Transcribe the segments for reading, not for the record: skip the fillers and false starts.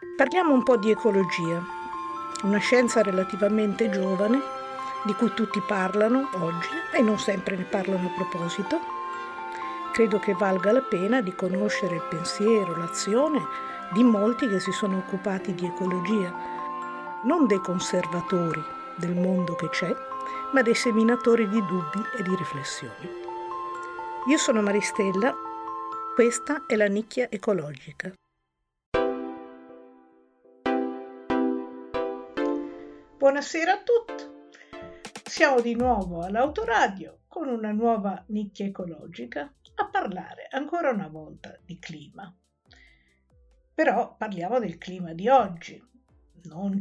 Parliamo un po' di ecologia, una scienza relativamente giovane, di cui tutti parlano oggi e non sempre ne parlano a proposito. Credo che valga la pena di conoscere il pensiero, l'azione di molti che si sono occupati di ecologia, non dei conservatori del mondo che c'è, ma dei seminatori di dubbi e di riflessioni. Io sono Maristella, questa è la Nicchia Ecologica. Buonasera a tutti, siamo di nuovo all'Autoradio con una nuova Nicchia Ecologica a parlare ancora una volta di clima. Però parliamo del clima di oggi, non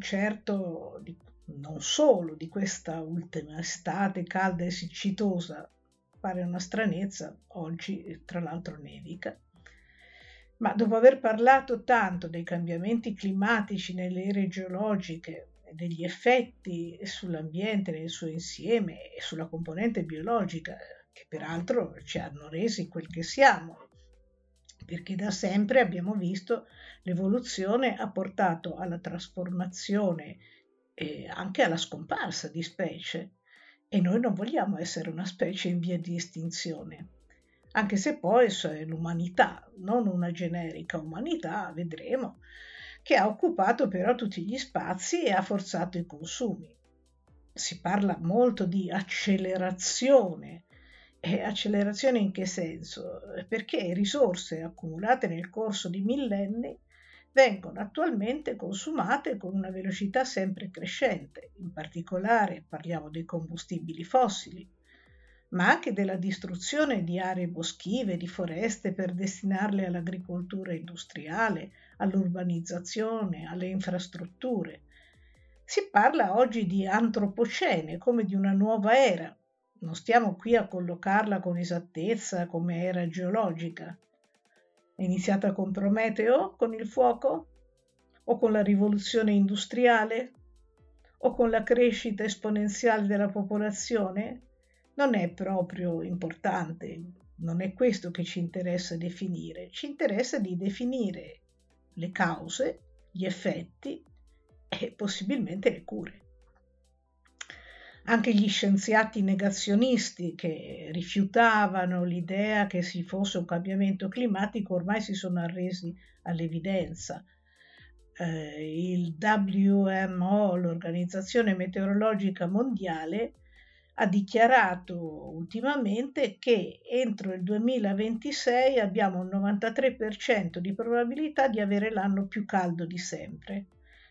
solo di questa ultima estate calda e siccitosa, pare una stranezza, oggi tra l'altro nevica. Ma dopo aver parlato tanto dei cambiamenti climatici nelle ere geologiche, degli effetti sull'ambiente nel suo insieme e sulla componente biologica, che peraltro ci hanno resi quel che siamo, perché da sempre abbiamo visto l'evoluzione ha portato alla trasformazione e anche alla scomparsa di specie, e noi non vogliamo essere una specie in via di estinzione. Anche se poi è l'umanità, non una generica umanità, vedremo, che ha occupato però tutti gli spazi e ha forzato i consumi. Si parla molto di accelerazione. E accelerazione in che senso? Perché risorse accumulate nel corso di millenni vengono attualmente consumate con una velocità sempre crescente. In particolare parliamo dei combustibili fossili, ma anche della distruzione di aree boschive, di foreste per destinarle all'agricoltura industriale, all'urbanizzazione, alle infrastrutture. Si parla oggi di antropocene come di una nuova era. Non stiamo qui a collocarla con esattezza come era geologica. È iniziata con Prometeo, con il fuoco? O con la rivoluzione industriale? O con la crescita esponenziale della popolazione? Non è proprio importante, non è questo che ci interessa definire. Ci interessa di definire le cause, gli effetti e possibilmente le cure. Anche gli scienziati negazionisti che rifiutavano l'idea che ci fosse un cambiamento climatico ormai si sono arresi all'evidenza. Il WMO, l'Organizzazione Meteorologica Mondiale, ha dichiarato ultimamente che entro il 2026 abbiamo un 93% di probabilità di avere l'anno più caldo di sempre.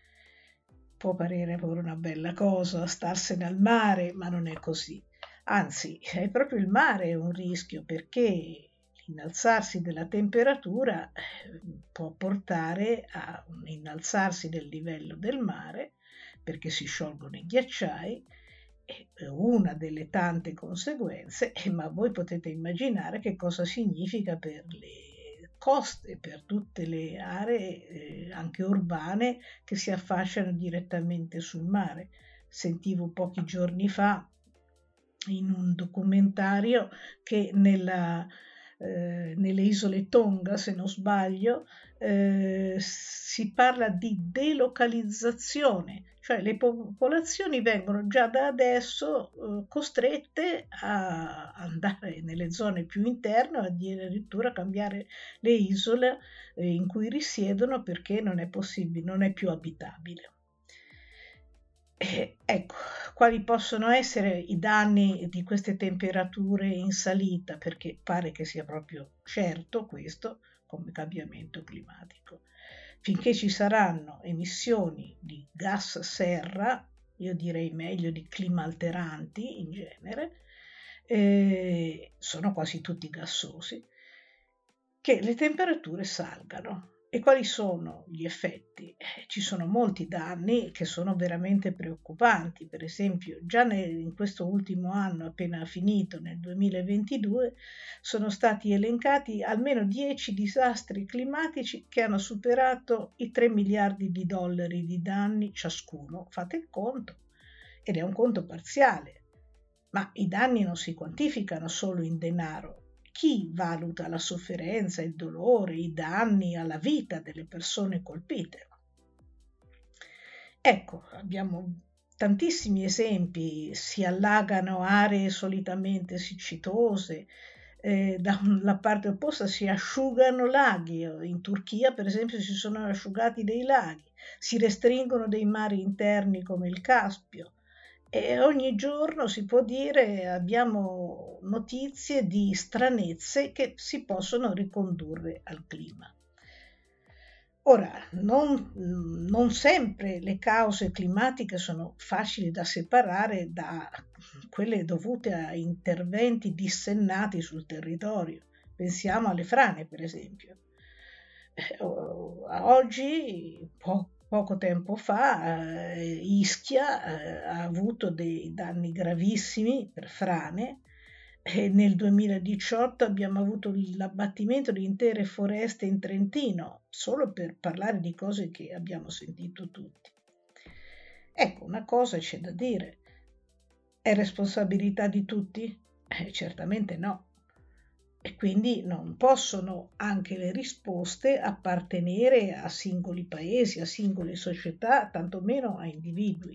Può parere pure una bella cosa starsene al mare, ma non è così. Anzi, è proprio il mare un rischio, perché l'innalzarsi della temperatura può portare a un innalzarsi del livello del mare, perché si sciolgono i ghiacciai, è una delle tante conseguenze, ma voi potete immaginare che cosa significa per le coste, per tutte le aree anche urbane che si affacciano direttamente sul mare. Sentivo pochi giorni fa in un documentario che nelle isole Tonga, se non sbaglio, si parla di delocalizzazione, cioè le popolazioni vengono già da adesso costrette a andare nelle zone più interne o addirittura cambiare le isole in cui risiedono perché non è possibile, non è più abitabile. Ecco, quali possono essere i danni di queste temperature in salita, perché pare che sia proprio certo questo come cambiamento climatico. Finché ci saranno emissioni di gas serra, io direi meglio di climalteranti in genere, sono quasi tutti gassosi, che le temperature salgano. E quali sono gli effetti? Ci sono molti danni che sono veramente preoccupanti. Per esempio, già in questo ultimo anno appena finito, nel 2022, sono stati elencati almeno 10 disastri climatici che hanno superato i 3 miliardi di dollari di danni ciascuno. Fate il conto. Ed è un conto parziale. Ma i danni non si quantificano solo in denaro. Chi valuta la sofferenza, il dolore, i danni alla vita delle persone colpite? Ecco, abbiamo tantissimi esempi, si allagano aree solitamente siccitose, dalla parte opposta si asciugano laghi, in Turchia per esempio si sono asciugati dei laghi, si restringono dei mari interni come il Caspio e ogni giorno si può dire abbiamo notizie di stranezze che si possono ricondurre al clima. Ora, non sempre le cause climatiche sono facili da separare da quelle dovute a interventi dissennati sul territorio. Pensiamo alle frane, per esempio. Oggi, poco tempo fa, Ischia ha avuto dei danni gravissimi per frane e nel 2018 abbiamo avuto l'abbattimento di intere foreste in Trentino, solo per parlare di cose che abbiamo sentito tutti. Ecco, una cosa c'è da dire. È responsabilità di tutti? Certamente no. E quindi non possono anche le risposte appartenere a singoli paesi, a singole società, tantomeno a individui.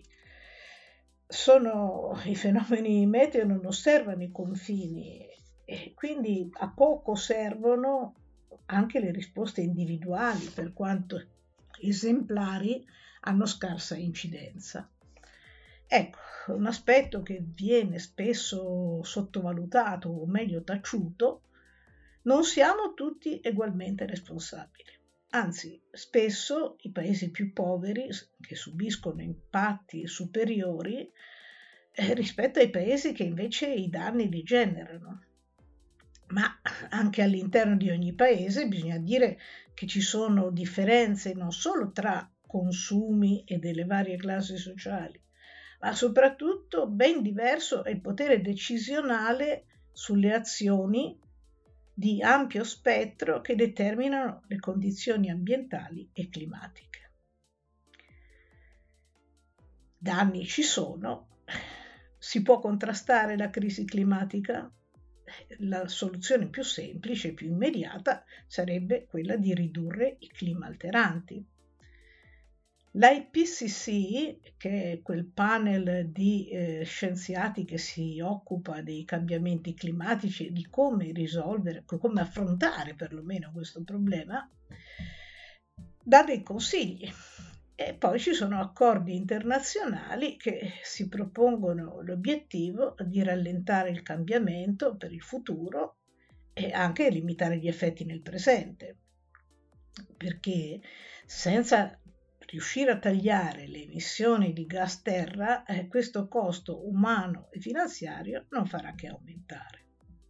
I fenomeni meteo non osservano i confini e quindi a poco servono anche le risposte individuali, per quanto esemplari, hanno scarsa incidenza. Ecco, un aspetto che viene spesso sottovalutato o meglio taciuto: non siamo tutti egualmente responsabili. Anzi, spesso i paesi più poveri, che subiscono impatti superiori rispetto ai paesi che invece i danni li generano. Ma anche all'interno di ogni paese bisogna dire che ci sono differenze non solo tra consumi e delle varie classi sociali, ma soprattutto ben diverso è il potere decisionale sulle azioni di ampio spettro che determinano le condizioni ambientali e climatiche. Danni ci sono, si può contrastare la crisi climatica? La soluzione più semplice e più immediata sarebbe quella di ridurre i climalteranti. L'IPCC, che è quel panel di scienziati che si occupa dei cambiamenti climatici e di come risolvere, come affrontare perlomeno questo problema, dà dei consigli. E poi ci sono accordi internazionali che si propongono l'obiettivo di rallentare il cambiamento per il futuro e anche limitare gli effetti nel presente, perché senza riuscire a tagliare le emissioni di gas serra, questo costo umano e finanziario non farà che aumentare.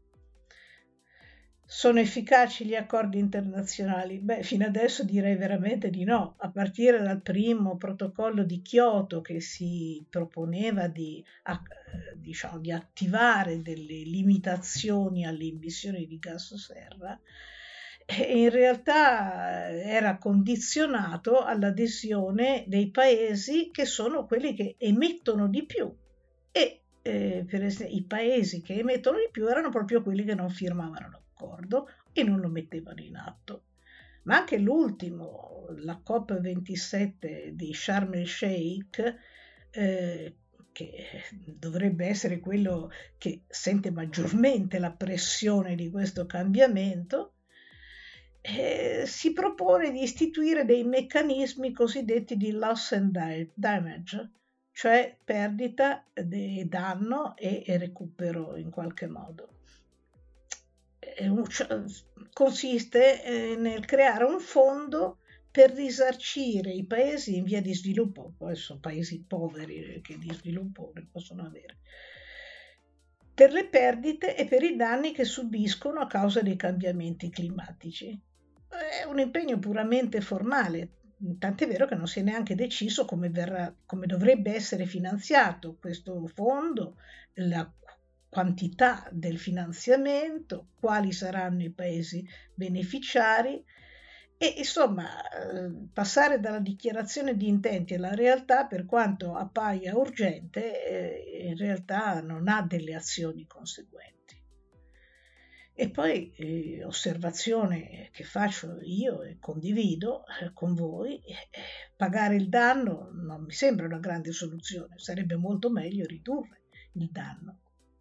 Sono efficaci gli accordi internazionali? Beh, fino adesso direi veramente di no, a partire dal primo protocollo di Kyoto che si proponeva di attivare delle limitazioni alle emissioni di gas serra, e in realtà era condizionato all'adesione dei paesi che sono quelli che emettono di più e per esempio, i paesi che emettono di più erano proprio quelli che non firmavano l'accordo e non lo mettevano in atto. Ma anche l'ultimo, la COP27 di Sharm el Sheikh, che dovrebbe essere quello che sente maggiormente la pressione di questo cambiamento, si propone di istituire dei meccanismi cosiddetti di loss and damage, cioè perdita, danno e recupero in qualche modo. Consiste nel creare un fondo per risarcire i paesi in via di sviluppo, poi sono paesi poveri che di sviluppo ne possono avere, per le perdite e per i danni che subiscono a causa dei cambiamenti climatici. È un impegno puramente formale, tant'è vero che non si è neanche deciso come dovrebbe essere finanziato questo fondo, la quantità del finanziamento, quali saranno i paesi beneficiari e insomma passare dalla dichiarazione di intenti alla realtà, per quanto appaia urgente, in realtà non ha delle azioni conseguenti. E poi osservazione che faccio io e condivido con voi, pagare il danno non mi sembra una grande soluzione, sarebbe molto meglio ridurre il danno.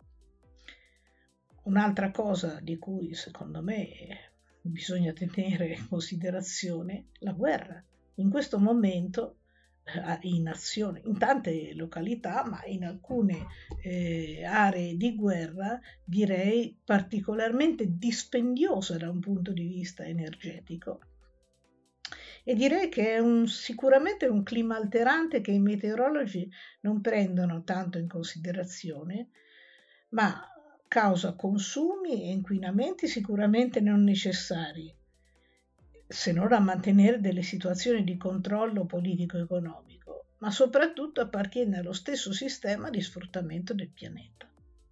Un'altra cosa di cui secondo me bisogna tenere in considerazione la guerra. In questo momento in tante località, ma in alcune aree di guerra, direi particolarmente dispendiosa da un punto di vista energetico. E direi che è sicuramente un clima alterante che i meteorologi non prendono tanto in considerazione, ma causa consumi e inquinamenti sicuramente non necessari, se non a mantenere delle situazioni di controllo politico-economico, ma soprattutto appartiene allo stesso sistema di sfruttamento del pianeta.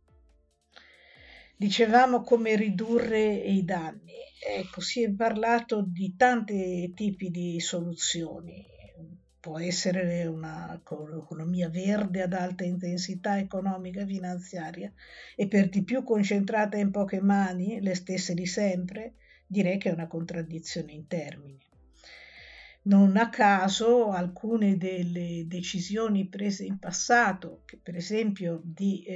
Dicevamo come ridurre i danni. Ecco, si è parlato di tanti tipi di soluzioni. Può essere un'economia verde ad alta intensità economica e finanziaria e per di più concentrata in poche mani, le stesse di sempre. Direi che è una contraddizione in termini. Non a caso alcune delle decisioni prese in passato, che per esempio di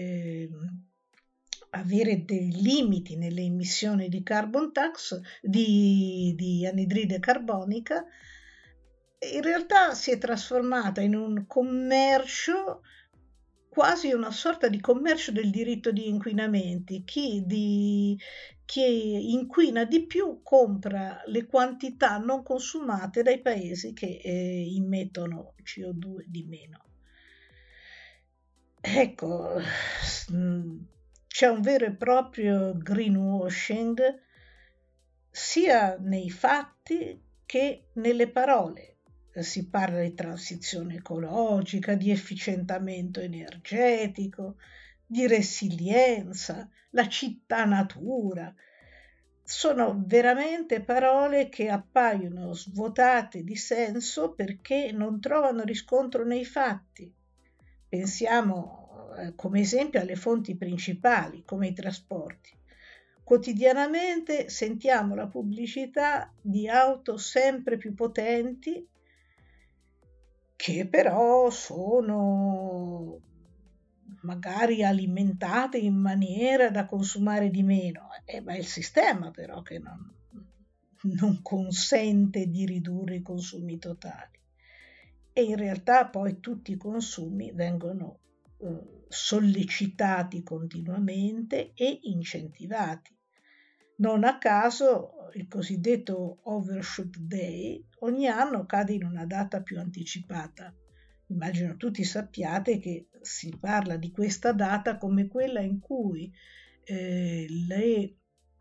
avere dei limiti nelle emissioni di carbon tax, di anidride carbonica, in realtà si è trasformata in un commercio, quasi una sorta di commercio del diritto di inquinamenti. Chi inquina di più compra le quantità non consumate dai paesi che immettono CO2 di meno. Ecco, c'è un vero e proprio greenwashing sia nei fatti che nelle parole. Si parla di transizione ecologica, di efficientamento energetico, di resilienza, la città natura. Sono veramente parole che appaiono svuotate di senso perché non trovano riscontro nei fatti. Pensiamo come esempio alle fonti principali, come i trasporti. Quotidianamente sentiamo la pubblicità di auto sempre più potenti che però sono magari alimentate in maniera da consumare di meno, ma è il sistema però che non consente di ridurre i consumi totali. E in realtà poi tutti i consumi vengono sollecitati continuamente e incentivati. Non a caso il cosiddetto Overshoot Day ogni anno cade in una data più anticipata. Immagino tutti sappiate che si parla di questa data come quella in cui le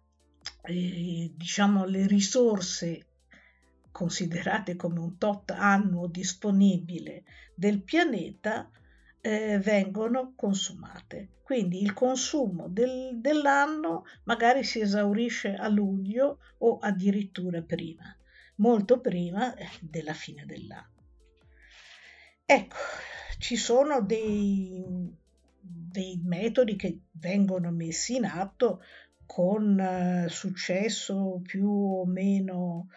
risorse considerate come un tot annuo disponibile del pianeta vengono consumate. Quindi il consumo dell'anno magari si esaurisce a luglio o addirittura prima, molto prima della fine dell'anno. Ecco, ci sono dei metodi che vengono messi in atto con successo più o meno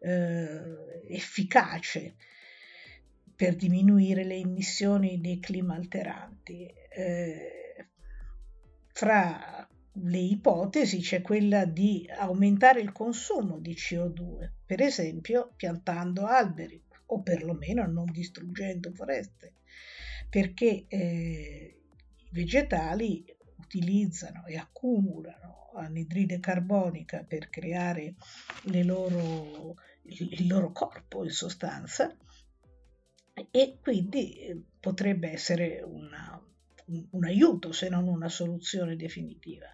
efficace per diminuire le emissioni dei climalteranti. Fra le ipotesi c'è quella di aumentare il consumo di CO2, per esempio piantando alberi o perlomeno non distruggendo foreste, perché i vegetali utilizzano e accumulano anidride carbonica per creare il loro corpo in sostanza, e quindi potrebbe essere un aiuto se non una soluzione definitiva.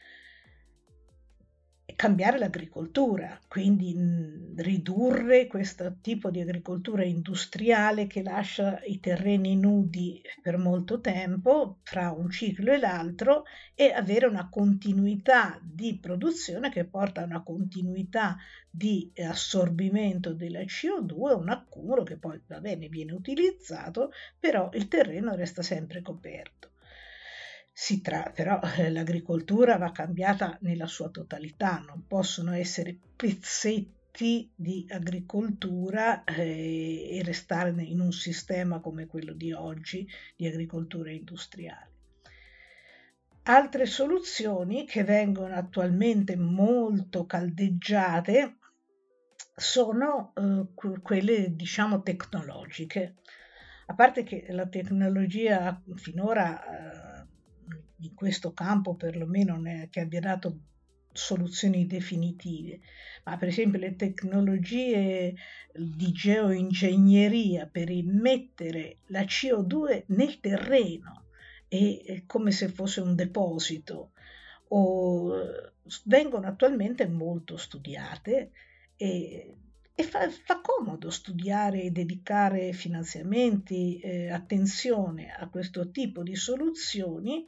Cambiare l'agricoltura, quindi ridurre questo tipo di agricoltura industriale che lascia i terreni nudi per molto tempo fra un ciclo e l'altro, e avere una continuità di produzione che porta a una continuità di assorbimento della CO2, un accumulo che poi viene utilizzato, però il terreno resta sempre coperto. Però l'agricoltura va cambiata nella sua totalità, non possono essere pezzetti di agricoltura e restare in un sistema come quello di oggi di agricoltura industriale. Altre soluzioni che vengono attualmente molto caldeggiate sono quelle, diciamo, tecnologiche. A parte che la tecnologia finora in questo campo perlomeno non è che abbia dato soluzioni definitive, ma per esempio le tecnologie di geoingegneria per immettere la CO2 nel terreno e come se fosse un deposito vengono attualmente molto studiate e fa comodo studiare e dedicare finanziamenti, attenzione a questo tipo di soluzioni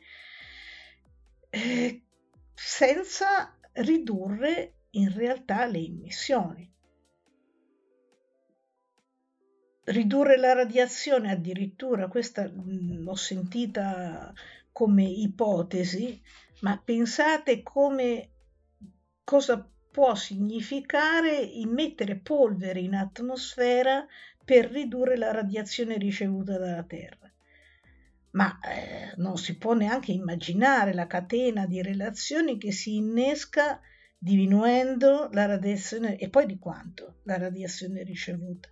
senza ridurre in realtà le emissioni. Ridurre la radiazione addirittura, questa l'ho sentita come ipotesi, ma pensate cosa può significare immettere polvere in atmosfera per ridurre la radiazione ricevuta dalla Terra. Ma non si può neanche immaginare la catena di relazioni che si innesca diminuendo la radiazione, e poi di quanto la radiazione ricevuta.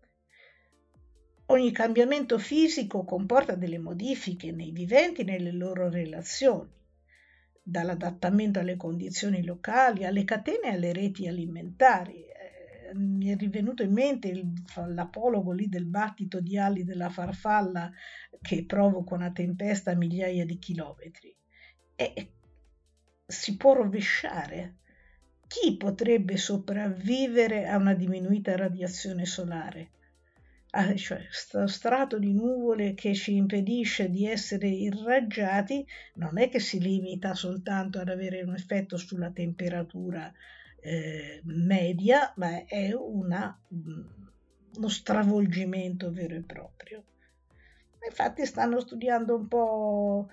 Ogni cambiamento fisico comporta delle modifiche nei viventi e nelle loro relazioni, dall'adattamento alle condizioni locali, alle catene e alle reti alimentari. Mi è rivenuto in mente l'apologo lì del battito di ali della farfalla che provoca una tempesta a migliaia di chilometri. E si può rovesciare. Chi potrebbe sopravvivere a una diminuita radiazione solare? Cioè sto strato di nuvole che ci impedisce di essere irraggiati non è che si limita soltanto ad avere un effetto sulla temperatura media, ma è uno stravolgimento vero e proprio. Infatti stanno studiando un po'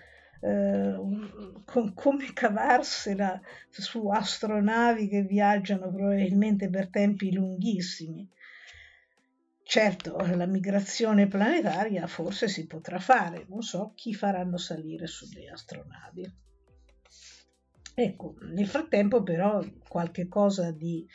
come cavarsela su astronavi che viaggiano probabilmente per tempi lunghissimi. Certo, la migrazione planetaria forse si potrà fare, non so chi faranno salire sulle astronavi. Ecco, nel frattempo però qualche cosa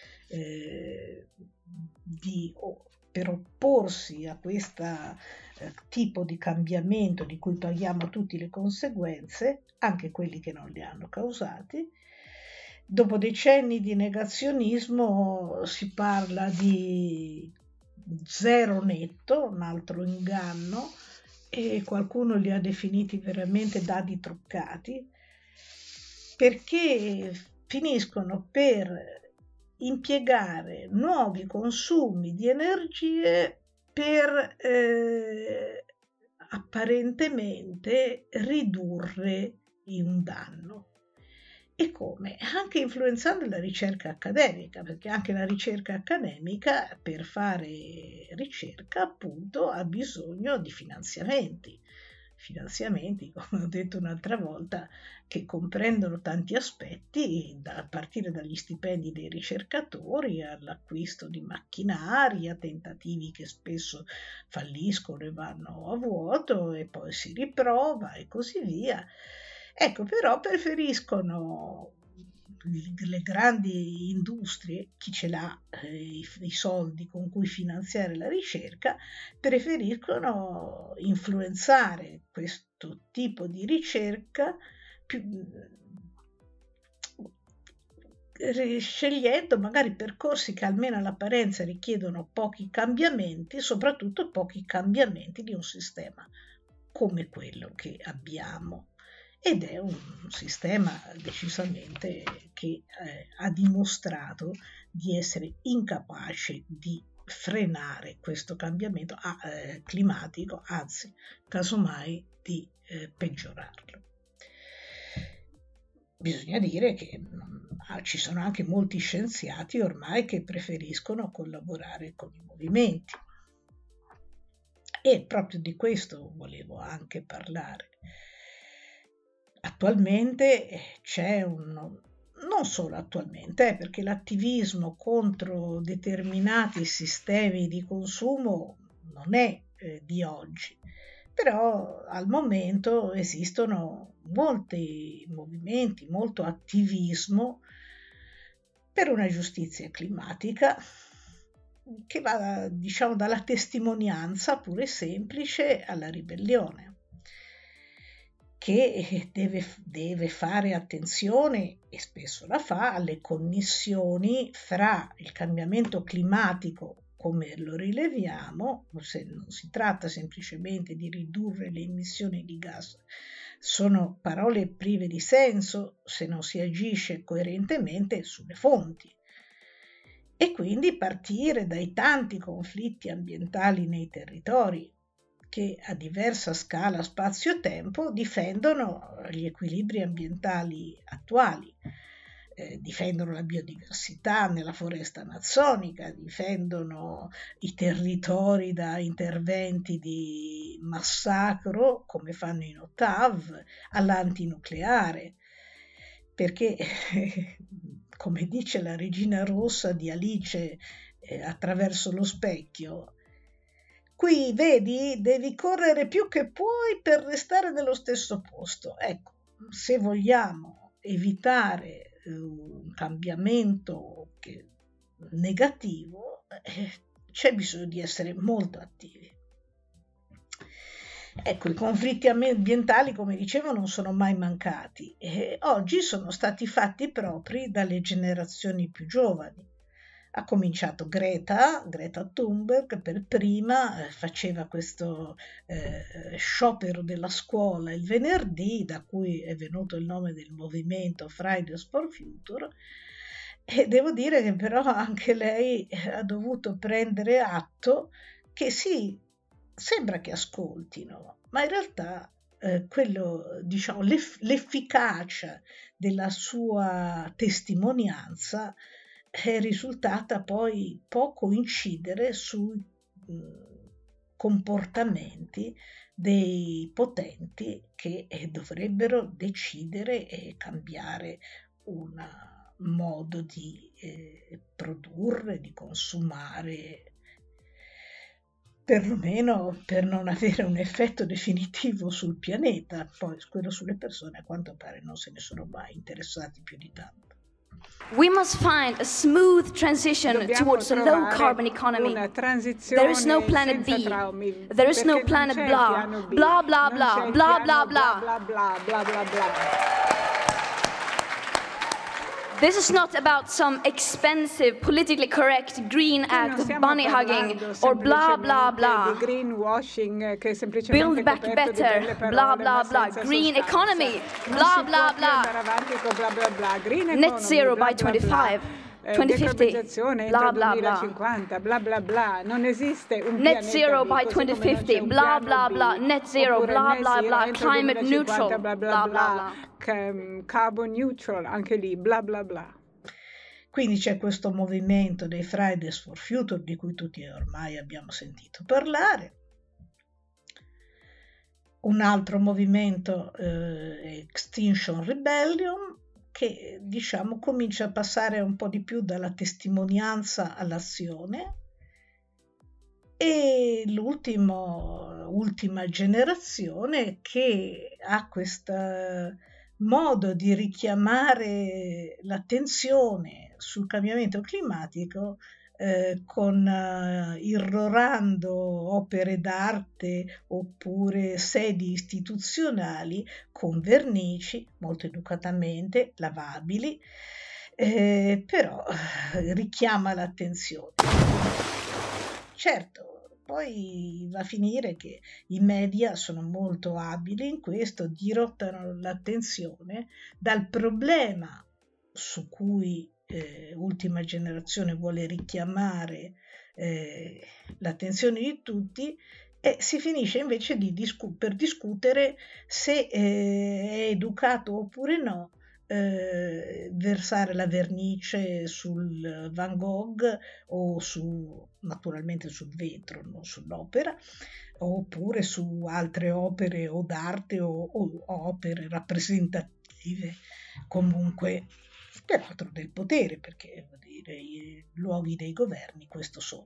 per opporsi a questo tipo di cambiamento di cui paghiamo tutte le conseguenze, anche quelli che non li hanno causati. Dopo decenni di negazionismo si parla di zero netto, un altro inganno, e qualcuno li ha definiti veramente dadi truccati, perché finiscono per impiegare nuovi consumi di energie per apparentemente ridurre un danno. E come? Anche influenzando la ricerca accademica, perché anche la ricerca accademica per fare ricerca appunto ha bisogno di finanziamenti, come ho detto un'altra volta, che comprendono tanti aspetti, a partire dagli stipendi dei ricercatori all'acquisto di macchinari, a tentativi che spesso falliscono e vanno a vuoto e poi si riprova e così via. Ecco, però preferiscono le grandi industrie, chi ce l'ha i soldi con cui finanziare la ricerca, preferiscono influenzare questo tipo di ricerca scegliendo magari percorsi che almeno all'apparenza richiedono pochi cambiamenti, soprattutto pochi cambiamenti di un sistema come quello che abbiamo. Ed è un sistema decisamente che ha dimostrato di essere incapace di frenare questo cambiamento climatico, anzi, casomai di peggiorarlo. Bisogna dire che ci sono anche molti scienziati ormai che preferiscono collaborare con i movimenti. E proprio di questo volevo anche parlare. Attualmente c'è non solo attualmente, perché l'attivismo contro determinati sistemi di consumo non è di oggi, però al momento esistono molti movimenti, molto attivismo per una giustizia climatica che va, diciamo, dalla testimonianza pure semplice alla ribellione, che deve fare attenzione, e spesso la fa, alle connessioni fra il cambiamento climatico, come lo rileviamo, se non si tratta semplicemente di ridurre le emissioni di gas, sono parole prive di senso se non si agisce coerentemente sulle fonti. E quindi partire dai tanti conflitti ambientali nei territori che a diversa scala spazio-tempo difendono gli equilibri ambientali attuali, difendono la biodiversità nella foresta amazzonica, difendono i territori da interventi di massacro, come fanno in Ottav, all'antinucleare, perché come dice la regina rossa di Alice attraverso lo specchio, qui vedi, devi correre più che puoi per restare nello stesso posto. Ecco, se vogliamo evitare un cambiamento negativo, c'è bisogno di essere molto attivi. Ecco, i conflitti ambientali, come dicevo, non sono mai mancati e oggi sono stati fatti propri dalle generazioni più giovani. Ha cominciato Greta Thunberg per prima, faceva questo sciopero della scuola il venerdì, da cui è venuto il nome del movimento Fridays for Future, e devo dire che però anche lei ha dovuto prendere atto che sì, sembra che ascoltino, ma in realtà quello, diciamo, l'efficacia della sua testimonianza è risultata poi poco incidere sui comportamenti dei potenti che dovrebbero decidere e cambiare un modo di produrre, di consumare, perlomeno per non avere un effetto definitivo sul pianeta. Poi quello sulle persone a quanto pare non se ne sono mai interessati più di tanto. We must find a smooth transition towards a low carbon economy. There is no planet B. There is no planet blah. Blah blah blah. Blah blah blah. This is not about some expensive, politically correct green act of bunny hugging or blah blah blah. Build back better, blah blah blah. Green economy, blah blah blah. Net zero by 2050, blah blah blah. 2050, bla bla bla. Non esiste un Net zero by 2050, blah blah blah. Net zero, blah blah blah. Climate neutral, blah blah blah. Carbon neutral, anche lì, bla bla bla. Quindi c'è questo movimento dei Fridays for Future di cui tutti ormai abbiamo sentito parlare. Un altro movimento Extinction Rebellion, che diciamo comincia a passare un po' di più dalla testimonianza all'azione, e l'ultima generazione che ha questo modo di richiamare l'attenzione sul cambiamento climatico con irrorando opere d'arte oppure sedi istituzionali con vernici molto educatamente lavabili, però richiama l'attenzione. Certo, poi va a finire che i media sono molto abili in questo, dirottano l'attenzione dal problema su cui Ultima Generazione vuole richiamare l'attenzione di tutti, e si finisce invece per discutere se è educato oppure no versare la vernice sul Van Gogh o naturalmente sul vetro, non sull'opera, oppure su altre opere o d'arte o opere rappresentative comunque peraltro del potere, perché vuol dire, i luoghi dei governi questo sono.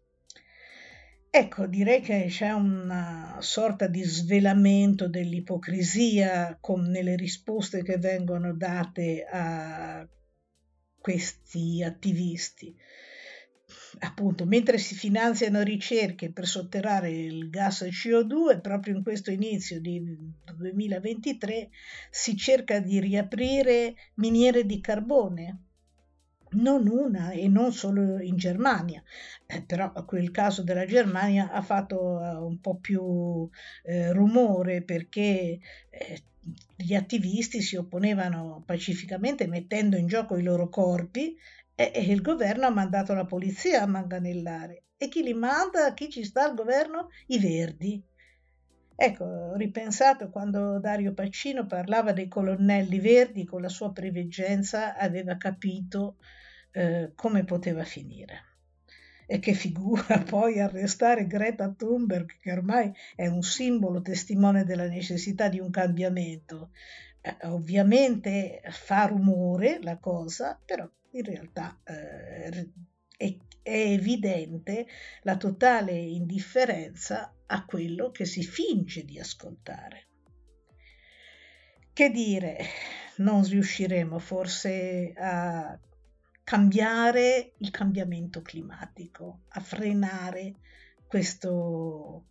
Ecco, direi che c'è una sorta di svelamento dell'ipocrisia nelle risposte che vengono date a questi attivisti. Appunto, mentre si finanziano ricerche per sotterrare il gas CO2, proprio in questo inizio di 2023 si cerca di riaprire miniere di carbone. Non una e non solo in Germania, però quel caso della Germania ha fatto un po' più rumore, perché gli attivisti si opponevano pacificamente mettendo in gioco i loro corpi, e il governo ha mandato la polizia a manganellare. E chi li manda? Chi ci sta al governo? I Verdi. Ecco, ho ripensato quando Dario Pacino parlava dei colonnelli verdi, con la sua preveggenza aveva capito come poteva finire. E che figura poi arrestare Greta Thunberg, che ormai è un simbolo testimone della necessità di un cambiamento. Ovviamente fa rumore la cosa, però in realtà è evidente la totale indifferenza a quello che si finge di ascoltare. Che dire, non riusciremo forse a cambiare il cambiamento climatico, a frenare questo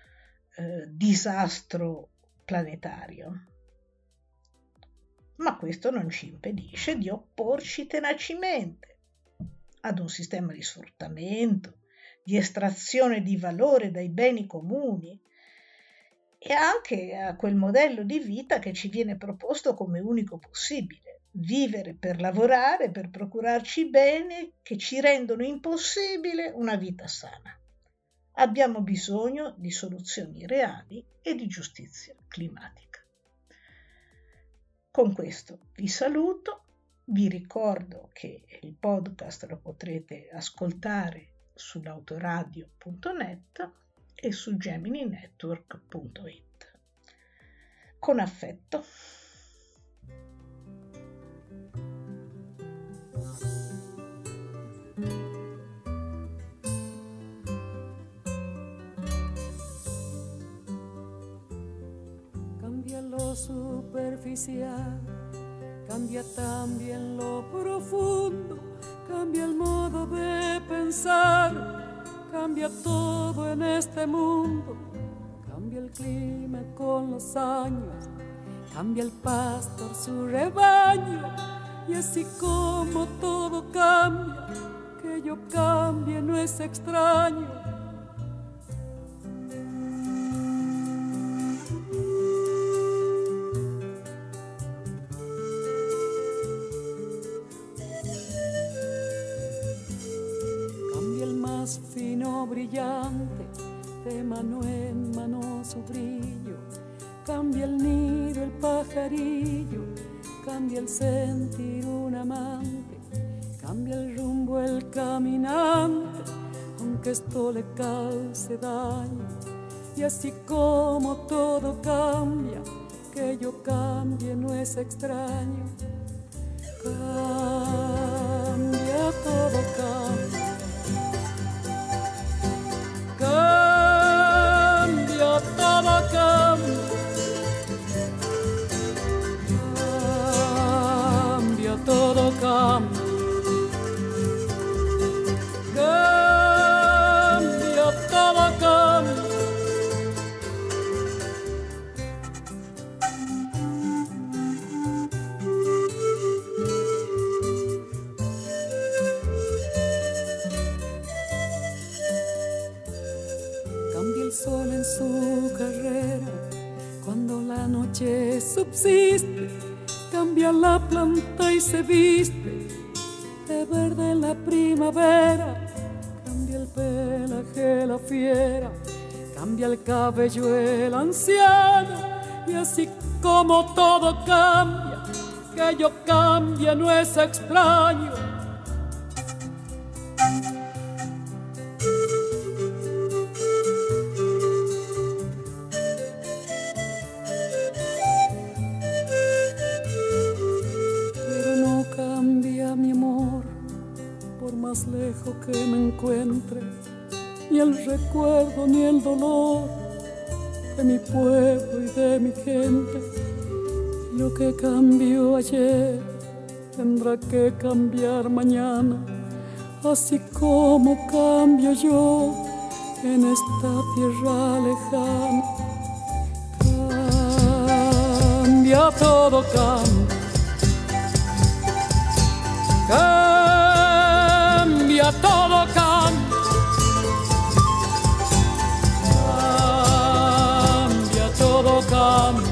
disastro planetario. Ma questo non ci impedisce di opporci tenacemente ad un sistema di sfruttamento, di estrazione di valore dai beni comuni e anche a quel modello di vita che ci viene proposto come unico possibile: vivere per lavorare, per procurarci beni che ci rendono impossibile una vita sana. Abbiamo bisogno di soluzioni reali e di giustizia climatica. Con questo vi saluto, vi ricordo che il podcast lo potrete ascoltare sull'autoradio.net e su gemininetwork.it. Con affetto. Cambia lo superficial, cambia también lo profundo, cambia el modo de pensar, cambia todo en este mundo, cambia el clima con los años, cambia el pastor su rebaño, y así como todo cambia, que yo cambie no es extraño. Brillante, de mano en mano su brillo, cambia el nido, el pajarillo, cambia el sentir un amante, cambia el rumbo, el caminante, aunque esto le cause daño. Y así como todo cambia, que yo cambie no es extraño. Cambia, todo cambia. Cambia, todo cambia. Cambia, todo cambia. Cambia, todo cambia. Sol en su carrera, cuando la noche subsiste, cambia la planta y se viste de verde la primavera, cambia el pelaje la fiera, cambia el cabello el anciano, y así como todo cambia, que yo cambie no es extraño. Pero no cambia mi amor, por más lejos que me encuentre, ni el recuerdo ni el dolor de mi pueblo y de mi gente. Lo que cambió ayer tendrá que cambiar mañana, así como cambio yo en esta tierra lejana. Cambia todo, cambia, cambia todo, cambia. Cambia todo, cambia.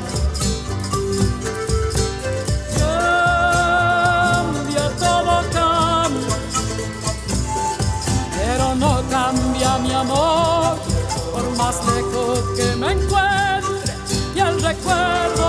Cambia todo, cambia. Pero no cambia mi amor, por más lejos que me encuentre, y el recuerdo